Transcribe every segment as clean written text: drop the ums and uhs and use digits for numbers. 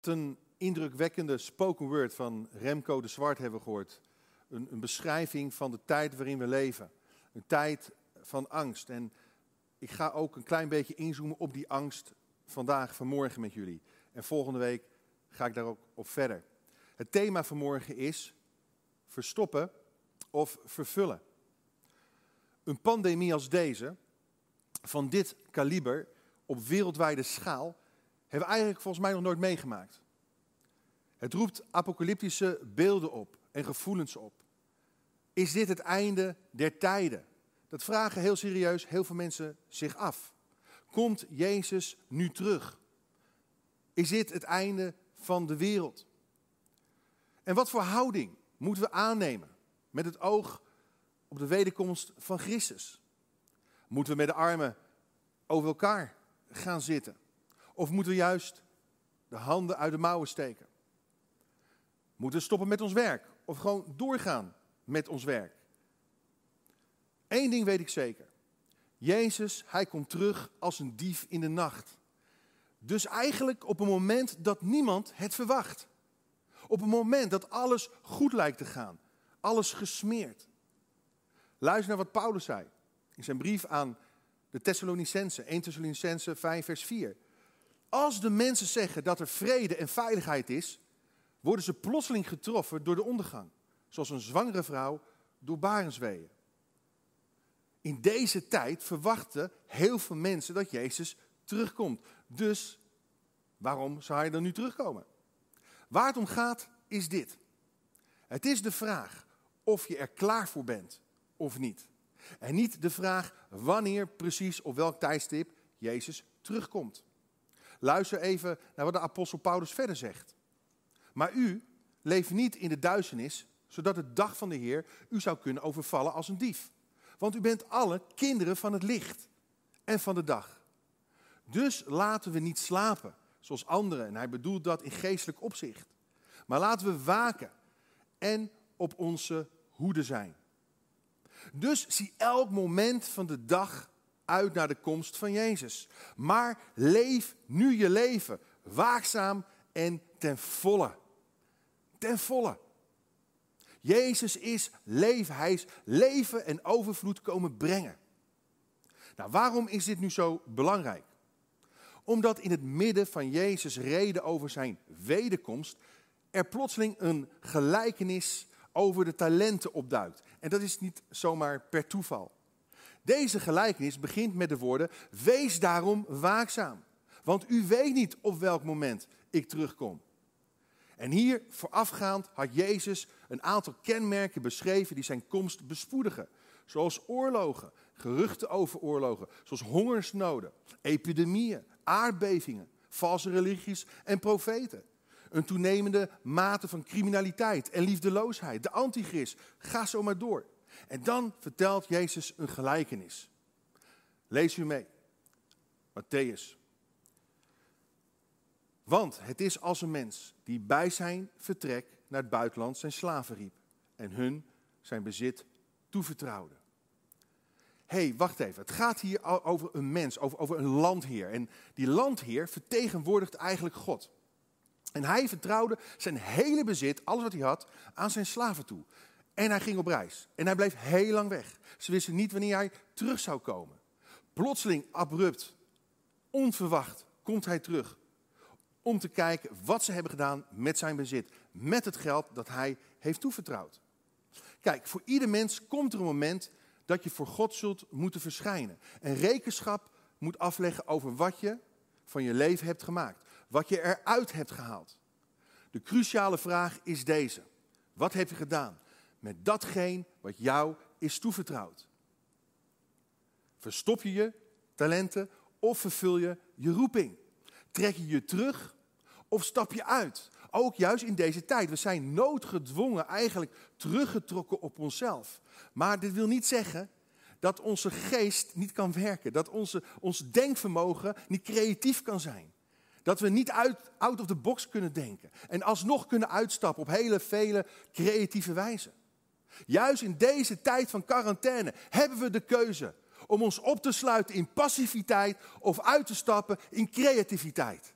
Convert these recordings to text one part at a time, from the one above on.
Een indrukwekkende spoken word van Remco de Zwart hebben we gehoord. Een beschrijving van de tijd waarin we leven. Een tijd van angst. En ik ga ook een klein beetje inzoomen op die angst vanmorgen met jullie. En volgende week ga ik daar ook op verder. Het thema vanmorgen is verstoppen of vervullen. Een pandemie als deze, van dit kaliber, op wereldwijde schaal, hebben we eigenlijk volgens mij nog nooit meegemaakt. Het roept apocalyptische beelden op en gevoelens op. Is dit het einde der tijden? Dat vragen heel serieus heel veel mensen zich af. Komt Jezus nu terug? Is dit het einde van de wereld? En wat voor houding moeten we aannemen met het oog op de wederkomst van Christus? Moeten we met de armen over elkaar gaan zitten? Of moeten we juist de handen uit de mouwen steken? Moeten we stoppen met ons werk? Of gewoon doorgaan met ons werk? Eén ding weet ik zeker. Jezus, hij komt terug als een dief in de nacht. Dus eigenlijk op een moment dat niemand het verwacht. Op een moment dat alles goed lijkt te gaan. Alles gesmeerd. Luister naar wat Paulus zei. In zijn brief aan de Thessalonicenzen. 1 Thessalonicenzen 5 vers 4. Als de mensen zeggen dat er vrede en veiligheid is, worden ze plotseling getroffen door de ondergang. Zoals een zwangere vrouw door barensweeën. In deze tijd verwachten heel veel mensen dat Jezus terugkomt. Dus waarom zou hij dan nu terugkomen? Waar het om gaat is dit. Het is de vraag of je er klaar voor bent of niet. En niet de vraag wanneer precies op welk tijdstip Jezus terugkomt. Luister even naar wat de apostel Paulus verder zegt. Maar u leeft niet in de duisternis, zodat de dag van de Heer u zou kunnen overvallen als een dief. Want u bent alle kinderen van het licht en van de dag. Dus laten we niet slapen, zoals anderen. En hij bedoelt dat in geestelijk opzicht. Maar laten we waken en op onze hoede zijn. Dus zie elk moment van de dag uit naar de komst van Jezus. Maar leef nu je leven, waakzaam en ten volle. Ten volle. Jezus is leven. Hij is leven en overvloed komen brengen. Nou, waarom is dit nu zo belangrijk? Omdat in het midden van Jezus' reden over zijn wederkomst er plotseling een gelijkenis over de talenten opduikt. En dat is niet zomaar per toeval. Deze gelijkenis begint met de woorden: wees daarom waakzaam. Want u weet niet op welk moment ik terugkom. En hier voorafgaand had Jezus een aantal kenmerken beschreven die zijn komst bespoedigen. Zoals oorlogen, geruchten over oorlogen, zoals hongersnoden, epidemieën, aardbevingen, valse religies en profeten. Een toenemende mate van criminaliteit en liefdeloosheid, de antichrist, ga zo maar door. En dan vertelt Jezus een gelijkenis. Lees u mee. Mattheüs. Want het is als een mens die bij zijn vertrek naar het buitenland zijn slaven riep en hun zijn bezit toevertrouwde. Hé, wacht even. Het gaat hier over een mens, over een landheer. En die landheer vertegenwoordigt eigenlijk God. En hij vertrouwde zijn hele bezit, alles wat hij had, aan zijn slaven toe. En hij ging op reis. En hij bleef heel lang weg. Ze wisten niet wanneer hij terug zou komen. Plotseling, abrupt, onverwacht, komt hij terug. Om te kijken wat ze hebben gedaan met zijn bezit. Met het geld dat hij heeft toevertrouwd. Kijk, voor ieder mens komt er een moment dat je voor God zult moeten verschijnen. En rekenschap moet afleggen over wat je van je leven hebt gemaakt. Wat je eruit hebt gehaald. De cruciale vraag is deze. Wat heb je gedaan met datgene wat jou is toevertrouwd? Verstop je je talenten of vervul je je roeping? Trek je je terug of stap je uit? Ook juist in deze tijd. We zijn noodgedwongen eigenlijk teruggetrokken op onszelf. Maar dit wil niet zeggen dat onze geest niet kan werken. Dat ons denkvermogen niet creatief kan zijn. Dat we niet out of the box kunnen denken. En alsnog kunnen uitstappen op vele creatieve wijze. Juist in deze tijd van quarantaine hebben we de keuze om ons op te sluiten in passiviteit of uit te stappen in creativiteit.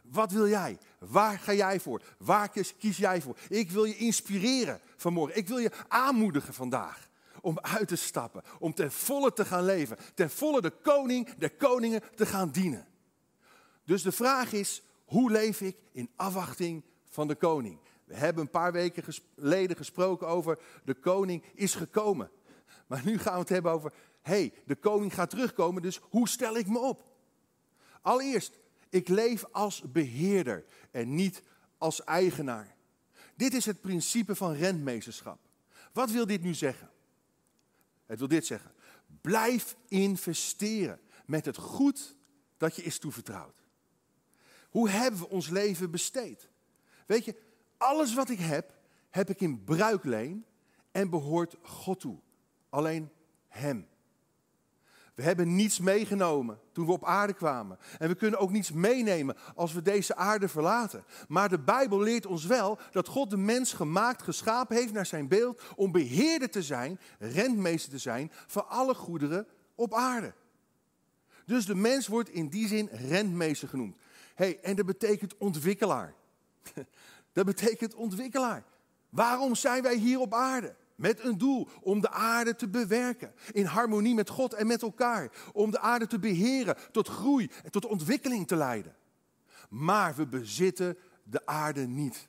Wat wil jij? Waar ga jij voor? Waar kies jij voor? Ik wil je inspireren vanmorgen. Ik wil je aanmoedigen vandaag om uit te stappen. Om ten volle te gaan leven. Ten volle de koning der koningen te gaan dienen. Dus de vraag is, hoe leef ik in afwachting van de koning? We hebben een paar weken geleden gesproken over de koning is gekomen. Maar nu gaan we het hebben over, de koning gaat terugkomen, dus hoe stel ik me op? Allereerst, ik leef als beheerder en niet als eigenaar. Dit is het principe van rentmeesterschap. Wat wil dit nu zeggen? Het wil dit zeggen. Blijf investeren met het goed dat je is toevertrouwd. Hoe hebben we ons leven besteed? Weet je, alles wat ik heb ik in bruikleen en behoort God toe. Alleen Hem. We hebben niets meegenomen toen we op aarde kwamen. En we kunnen ook niets meenemen als we deze aarde verlaten. Maar de Bijbel leert ons wel dat God de mens gemaakt, geschapen heeft naar zijn beeld om beheerder te zijn, rentmeester te zijn van alle goederen op aarde. Dus de mens wordt in die zin rentmeester genoemd. En dat betekent ontwikkelaar. Dat betekent ontwikkelaar. Waarom zijn wij hier op aarde? Met een doel om de aarde te bewerken. In harmonie met God en met elkaar. Om de aarde te beheren, tot groei en tot ontwikkeling te leiden. Maar we bezitten de aarde niet.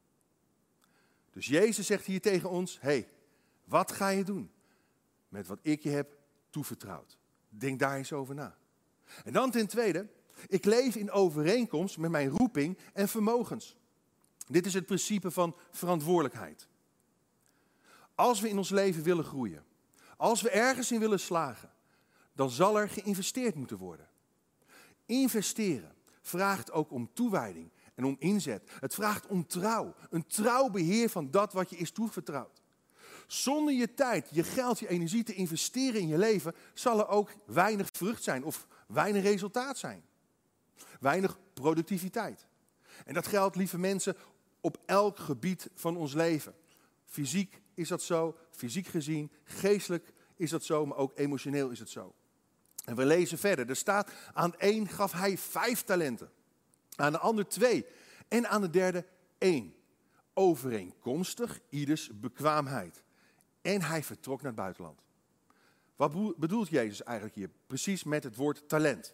Dus Jezus zegt hier tegen ons, wat ga je doen met wat ik je heb toevertrouwd? Denk daar eens over na. En dan ten tweede, ik leef in overeenkomst met mijn roeping en vermogens. Dit is het principe van verantwoordelijkheid. Als we in ons leven willen groeien, als we ergens in willen slagen, dan zal er geïnvesteerd moeten worden. Investeren vraagt ook om toewijding en om inzet. Het vraagt om trouw, een trouw beheer van dat wat je is toevertrouwd. Zonder je tijd, je geld, je energie te investeren in je leven, zal er ook weinig vrucht zijn of weinig resultaat zijn. Weinig productiviteit. En dat geldt, lieve mensen, op elk gebied van ons leven. Fysiek is dat zo, fysiek gezien, geestelijk is dat zo, maar ook emotioneel is het zo. En we lezen verder, er staat, aan één gaf hij 5 talenten, aan de ander 2 en aan de derde 1. Overeenkomstig ieders bekwaamheid. En hij vertrok naar het buitenland. Wat bedoelt Jezus eigenlijk hier precies met het woord talent?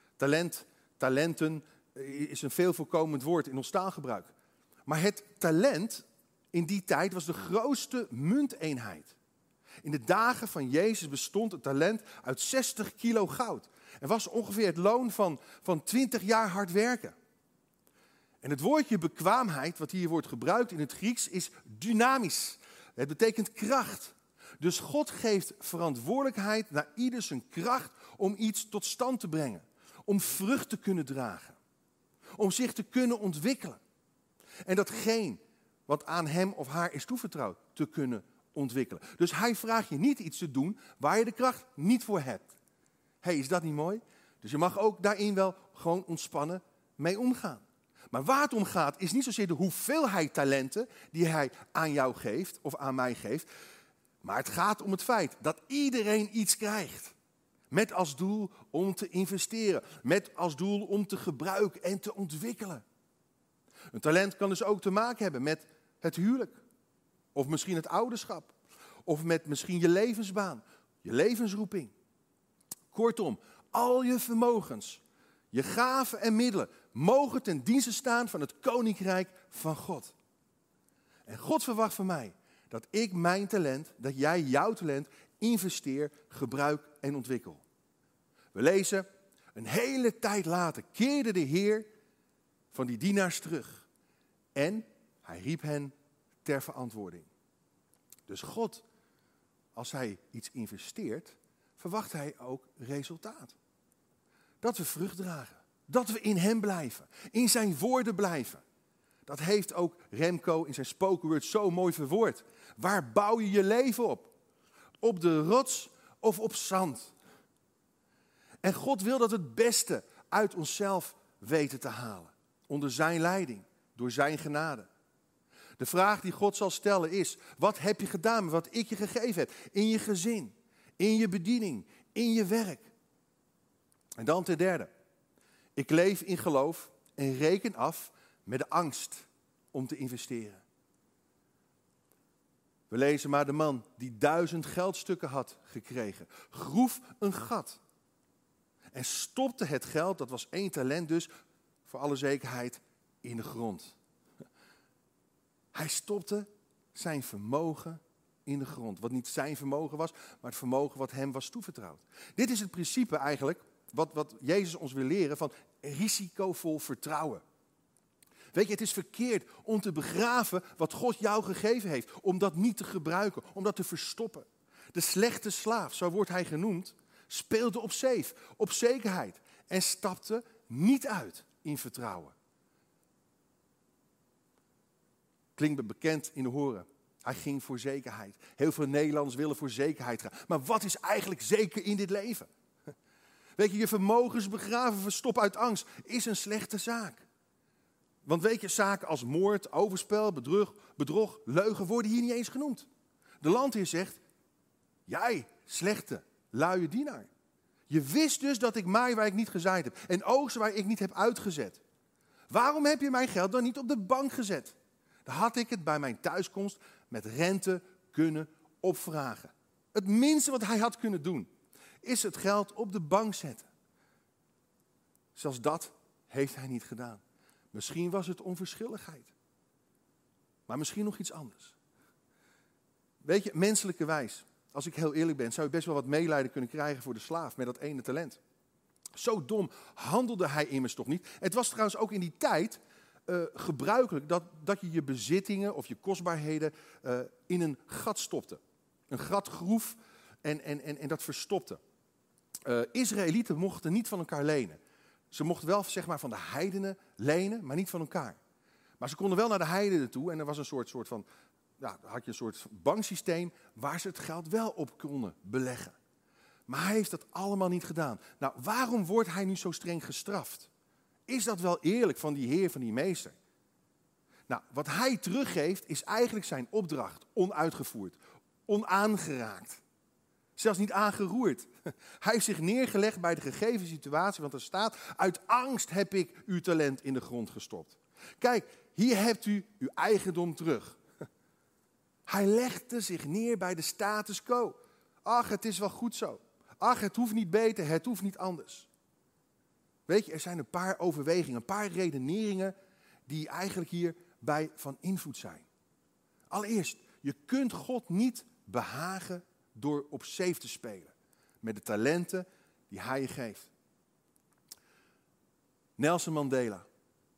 Talenten is een veel voorkomend woord in ons taalgebruik. Maar het talent in die tijd was de grootste munteenheid. In de dagen van Jezus bestond het talent uit 60 kilo goud. En was ongeveer het loon van 20 jaar hard werken. En het woordje bekwaamheid, wat hier wordt gebruikt in het Grieks, is dynamisch. Het betekent kracht. Dus God geeft verantwoordelijkheid naar ieder zijn kracht om iets tot stand te brengen. Om vrucht te kunnen dragen. Om zich te kunnen ontwikkelen. En datgene wat aan hem of haar is toevertrouwd te kunnen ontwikkelen. Dus hij vraagt je niet iets te doen waar je de kracht niet voor hebt. Is dat niet mooi? Dus je mag ook daarin wel gewoon ontspannen mee omgaan. Maar waar het om gaat is niet zozeer de hoeveelheid talenten die hij aan jou geeft of aan mij geeft. Maar het gaat om het feit dat iedereen iets krijgt. Met als doel om te investeren. Met als doel om te gebruiken en te ontwikkelen. Een talent kan dus ook te maken hebben met het huwelijk. Of misschien het ouderschap. Of met misschien je levensbaan. Je levensroeping. Kortom, al je vermogens, je gaven en middelen mogen ten dienste staan van het koninkrijk van God. En God verwacht van mij dat ik mijn talent, dat jij jouw talent investeer, gebruik en ontwikkel. We lezen, een hele tijd later keerde de Heer van die dienaars terug. En hij riep hen ter verantwoording. Dus God, als hij iets investeert, verwacht hij ook resultaat. Dat we vrucht dragen. Dat we in hem blijven. In zijn woorden blijven. Dat heeft ook Remco in zijn spoken word zo mooi verwoord. Waar bouw je je leven op? Op de rots of op zand? En God wil dat het beste uit onszelf weten te halen. Onder zijn leiding. Door zijn genade. De vraag die God zal stellen is, wat heb je gedaan met wat ik je gegeven heb? In je gezin, in je bediening, in je werk. En dan ten derde, ik leef in geloof en reken af met de angst om te investeren. We lezen maar de man die 1000 geldstukken had gekregen, groef een gat en stopte het geld, dat was 1 talent dus, voor alle zekerheid, in de grond. Hij stopte zijn vermogen in de grond. Wat niet zijn vermogen was, maar het vermogen wat hem was toevertrouwd. Dit is het principe eigenlijk, wat Jezus ons wil leren van risicovol vertrouwen. Weet je, het is verkeerd om te begraven wat God jou gegeven heeft. Om dat niet te gebruiken, om dat te verstoppen. De slechte slaaf, zo wordt hij genoemd, speelde op safe, op zekerheid. En stapte niet uit in vertrouwen. Klinkt bekend in de horen. Hij ging voor zekerheid. Heel veel Nederlanders willen voor zekerheid gaan. Maar wat is eigenlijk zeker in dit leven? Weet je, je vermogens begraven, verstoppen uit angst, is een slechte zaak. Want weet je, zaken als moord, overspel, bedrog, leugen worden hier niet eens genoemd. De landheer zegt, jij, slechte, luie dienaar. Je wist dus dat ik maai waar ik niet gezaaid heb en oogst waar ik niet heb uitgezet. Waarom heb je mijn geld dan niet op de bank gezet? Dan had ik het bij mijn thuiskomst met rente kunnen opvragen. Het minste wat hij had kunnen doen, is het geld op de bank zetten. Zelfs dat heeft hij niet gedaan. Misschien was het onverschilligheid. Maar misschien nog iets anders. Weet je, menselijkerwijs, als ik heel eerlijk ben, zou je best wel wat medelijden kunnen krijgen voor de slaaf met dat 1 talent. Zo dom handelde hij immers toch niet. Het was trouwens ook in die tijd gebruikelijk dat je je bezittingen of je kostbaarheden in een gat stopte. Een gat groef en dat verstopte. Israëlieten mochten niet van elkaar lenen. Ze mochten wel zeg maar van de heidenen lenen, maar niet van elkaar. Maar ze konden wel naar de heidenen toe en er was een soort van, ja, had je een soort banksysteem waar ze het geld wel op konden beleggen. Maar hij heeft dat allemaal niet gedaan. Nou, waarom wordt hij nu zo streng gestraft? Is dat wel eerlijk van die heer, van die meester? Nou, wat hij teruggeeft is eigenlijk zijn opdracht, onuitgevoerd, onaangeraakt. Zelfs niet aangeroerd. Hij heeft zich neergelegd bij de gegeven situatie, want er staat, uit angst heb ik uw talent in de grond gestopt. Kijk, hier hebt u uw eigendom terug. Hij legde zich neer bij de status quo. Ach, het is wel goed zo. Ach, het hoeft niet beter, het hoeft niet anders. Weet je, er zijn een paar overwegingen, een paar redeneringen die eigenlijk hierbij van invloed zijn. Allereerst, je kunt God niet behagen door op safe te spelen. Met de talenten die hij je geeft. Nelson Mandela.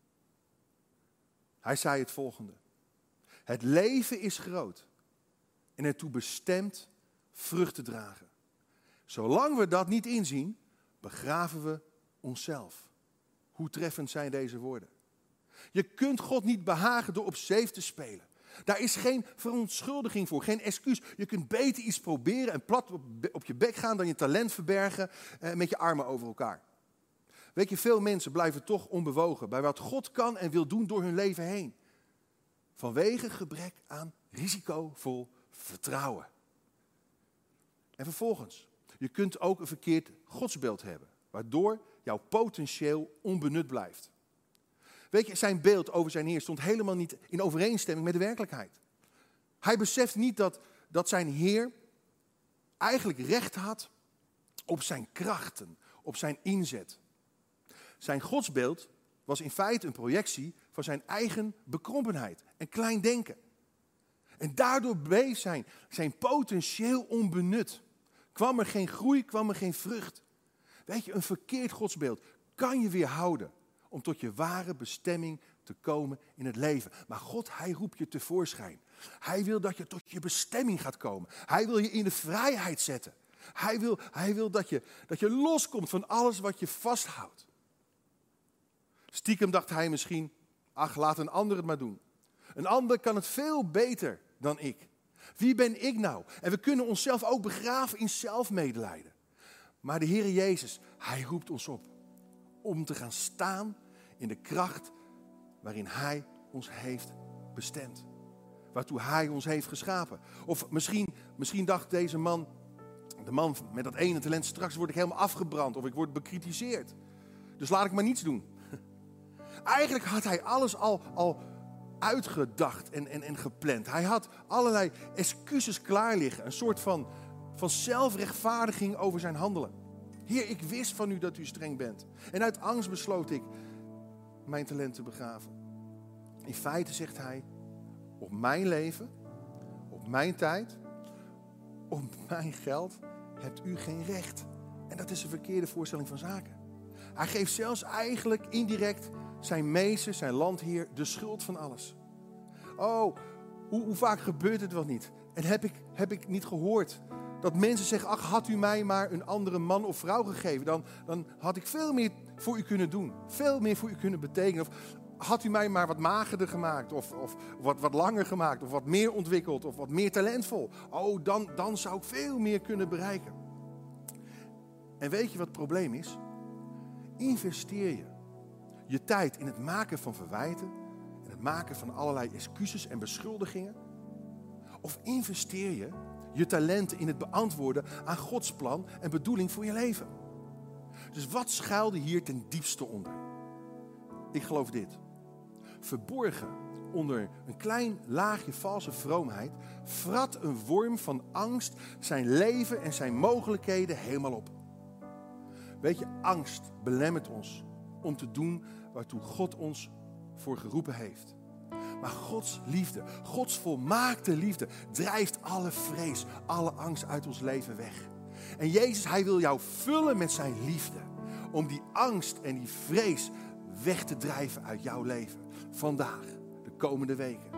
Hij zei het volgende. Het leven is groot en ertoe bestemd vrucht te dragen. Zolang we dat niet inzien, begraven we onszelf. Hoe treffend zijn deze woorden? Je kunt God niet behagen door op safe te spelen. Daar is geen verontschuldiging voor, geen excuus. Je kunt beter iets proberen en plat op je bek gaan dan je talent verbergen met je armen over elkaar. Weet je, veel mensen blijven toch onbewogen bij wat God kan en wil doen door hun leven heen. Vanwege gebrek aan risicovol vertrouwen. En vervolgens, je kunt ook een verkeerd godsbeeld hebben, waardoor jouw potentieel onbenut blijft. Weet je, zijn beeld over zijn Heer stond helemaal niet in overeenstemming met de werkelijkheid. Hij beseft niet dat zijn Heer eigenlijk recht had op zijn krachten, op zijn inzet. Zijn godsbeeld was in feite een projectie van zijn eigen bekrompenheid en klein denken. En daardoor bleef zijn potentieel onbenut. Kwam er geen groei, kwam er geen vrucht. Weet je, een verkeerd godsbeeld kan je weerhouden om tot je ware bestemming te komen in het leven. Maar God, hij roept je tevoorschijn. Hij wil dat je tot je bestemming gaat komen. Hij wil je in de vrijheid zetten. Hij wil dat je loskomt van alles wat je vasthoudt. Stiekem dacht hij misschien, ach, laat een ander het maar doen. Een ander kan het veel beter dan ik. Wie ben ik nou? En we kunnen onszelf ook begraven in zelfmedelijden. Maar de Heer Jezus, hij roept ons op om te gaan staan in de kracht waarin hij ons heeft bestemd. Waartoe hij ons heeft geschapen. Of misschien dacht deze man, de man met dat 1 talent, straks word ik helemaal afgebrand of ik word bekritiseerd. Dus laat ik maar niets doen. Eigenlijk had hij alles al uitgedacht en gepland. Hij had allerlei excuses klaar liggen. Een soort van zelfrechtvaardiging over zijn handelen. Heer, ik wist van u dat u streng bent. En uit angst besloot ik mijn talent te begraven. In feite zegt hij, op mijn leven, op mijn tijd, op mijn geld hebt u geen recht. En dat is een verkeerde voorstelling van zaken. Hij geeft zelfs eigenlijk indirect zijn meester, zijn landheer, de schuld van alles. Oh, hoe vaak gebeurt het wel niet? En heb ik niet gehoord dat mensen zeggen, ach, had u mij maar een andere man of vrouw gegeven, dan had ik veel meer voor u kunnen doen. Veel meer voor u kunnen betekenen. Of had u mij maar wat magerder gemaakt, of wat langer gemaakt, of wat meer ontwikkeld, of wat meer talentvol. Oh, dan zou ik veel meer kunnen bereiken. En weet je wat het probleem is? Investeer je tijd in het maken van verwijten, in het maken van allerlei excuses en beschuldigingen? Of investeer je talenten in het beantwoorden aan Gods plan en bedoeling voor je leven? Dus wat schuilde hier ten diepste onder? Ik geloof dit. Verborgen onder een klein laagje valse vroomheid vrat een worm van angst zijn leven en zijn mogelijkheden helemaal op. Weet je, angst belemmert ons om te doen waartoe God ons voor geroepen heeft. Maar Gods liefde, Gods volmaakte liefde, drijft alle vrees, alle angst uit ons leven weg. En Jezus, hij wil jou vullen met zijn liefde. Om die angst en die vrees weg te drijven uit jouw leven. Vandaag, de komende weken.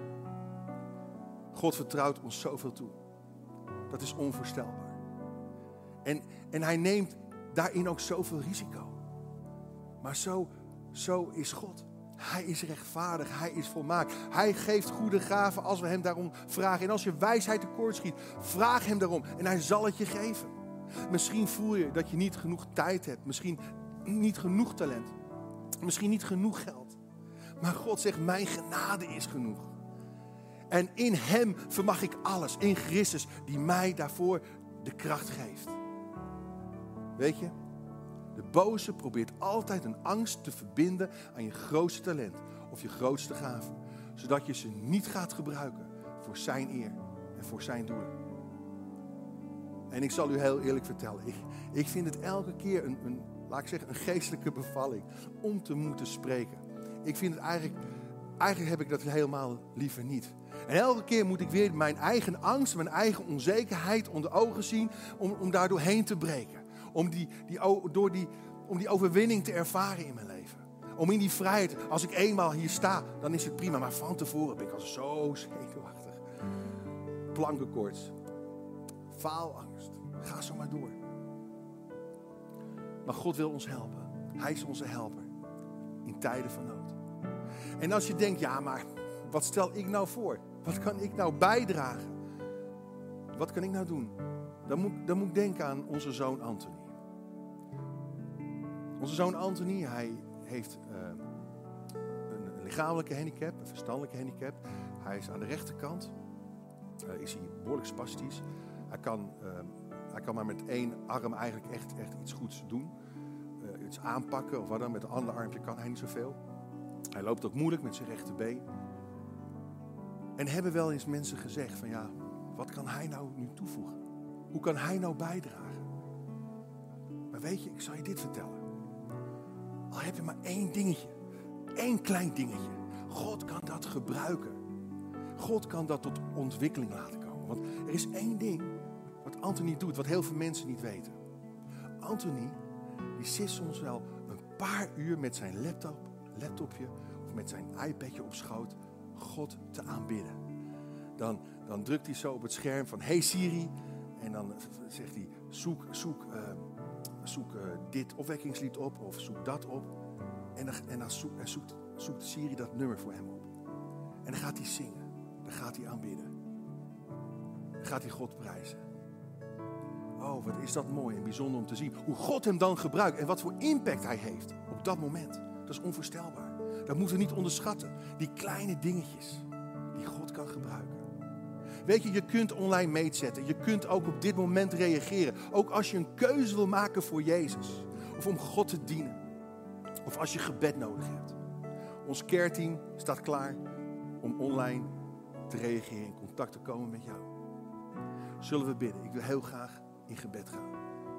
God vertrouwt ons zoveel toe. Dat is onvoorstelbaar. En hij neemt daarin ook zoveel risico. Maar zo is God. Hij is rechtvaardig, hij is volmaakt. Hij geeft goede gaven als we hem daarom vragen. En als je wijsheid tekort schiet, vraag hem daarom. En hij zal het je geven. Misschien voel je dat je niet genoeg tijd hebt. Misschien niet genoeg talent. Misschien niet genoeg geld. Maar God zegt, mijn genade is genoeg. En in hem vermag ik alles. In Christus die mij daarvoor de kracht geeft. Weet je? De boze probeert altijd een angst te verbinden aan je grootste talent of je grootste gave. Zodat je ze niet gaat gebruiken voor zijn eer en voor zijn doelen. En ik zal u heel eerlijk vertellen. Ik vind het elke keer een geestelijke bevalling om te moeten spreken. Ik vind het eigenlijk heb ik dat helemaal liever niet. En elke keer moet ik weer mijn eigen angst, mijn eigen onzekerheid onder ogen zien om daar doorheen te breken. Om die overwinning te ervaren in mijn leven. Om in die vrijheid, als ik eenmaal hier sta, dan is het prima. Maar van tevoren ben ik al zo zenuwachtig. Plankenkoorts. Faalangst. Ga zo maar door. Maar God wil ons helpen. Hij is onze helper. In tijden van nood. En als je denkt, ja maar wat stel ik nou voor? Wat kan ik nou bijdragen? Wat kan ik nou doen? Dan moet ik denken aan onze zoon Anthony. Onze zoon Anthony, hij heeft een lichamelijke handicap, een verstandelijke handicap. Hij is aan de rechterkant, is hij behoorlijk spastisch. Hij kan maar met één arm eigenlijk echt iets goeds doen. Iets aanpakken of wat dan, met een ander armpje kan hij niet zoveel. Hij loopt ook moeilijk met zijn rechterbeen. En hebben wel eens mensen gezegd van ja, wat kan hij nou nu toevoegen? Hoe kan hij nou bijdragen? Maar weet je, ik zal je dit vertellen. Al heb je maar één dingetje. Één klein dingetje. God kan dat gebruiken. God kan dat tot ontwikkeling laten komen. Want er is één ding wat Anthony doet, wat heel veel mensen niet weten. Anthony, die zit soms wel een paar uur met zijn laptopje of met zijn iPadje op schoot God te aanbidden. Dan drukt hij zo op het scherm van hey Siri. En dan zegt hij zoek dit opwekkingslied op of zoek dat op. En dan zoekt Siri dat nummer voor hem op. En dan gaat hij zingen. Dan gaat hij aanbidden. Dan gaat hij God prijzen. Oh, wat is dat mooi en bijzonder om te zien. Hoe God hem dan gebruikt en wat voor impact hij heeft op dat moment. Dat is onvoorstelbaar. Dat moeten we niet onderschatten. Die kleine dingetjes die God kan gebruiken. Weet je, je kunt online meetzetten. Je kunt ook op dit moment reageren. Ook als je een keuze wil maken voor Jezus. Of om God te dienen. Of als je gebed nodig hebt. Ons care-team staat klaar om online te reageren, in contact te komen met jou. Zullen we bidden? Ik wil heel graag in gebed gaan.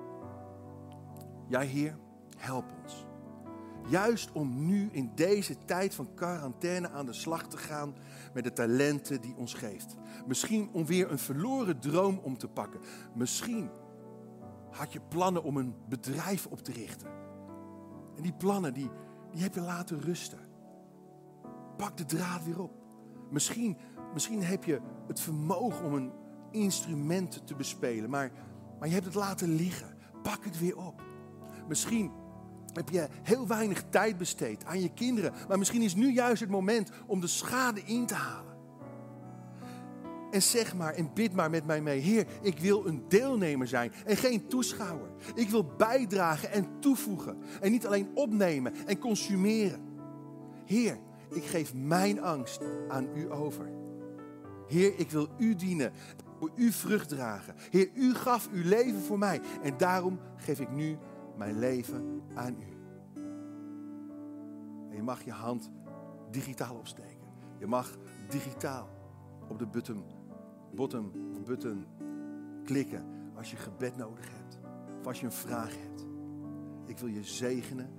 Ja, Heer, help ons. Juist om nu in deze tijd van quarantaine aan de slag te gaan met de talenten die ons geeft. Misschien om weer een verloren droom om te pakken. Misschien had je plannen om een bedrijf op te richten. En die plannen, die heb je laten rusten. Pak de draad weer op. Misschien heb je het vermogen om een instrument te bespelen, maar je hebt het laten liggen. Pak het weer op. Misschien heb je heel weinig tijd besteed aan je kinderen, maar misschien is nu juist het moment om de schade in te halen. En zeg maar en bid maar met mij mee. Heer, ik wil een deelnemer zijn en geen toeschouwer. Ik wil bijdragen en toevoegen. En niet alleen opnemen en consumeren. Heer, ik geef mijn angst aan u over. Heer, ik wil u dienen. Voor u vrucht dragen. Heer, u gaf uw leven voor mij. En daarom geef ik nu mijn leven aan u. En je mag je hand digitaal opsteken. Je mag digitaal op de button klikken als je gebed nodig hebt. Of als je een vraag hebt. Ik wil je zegenen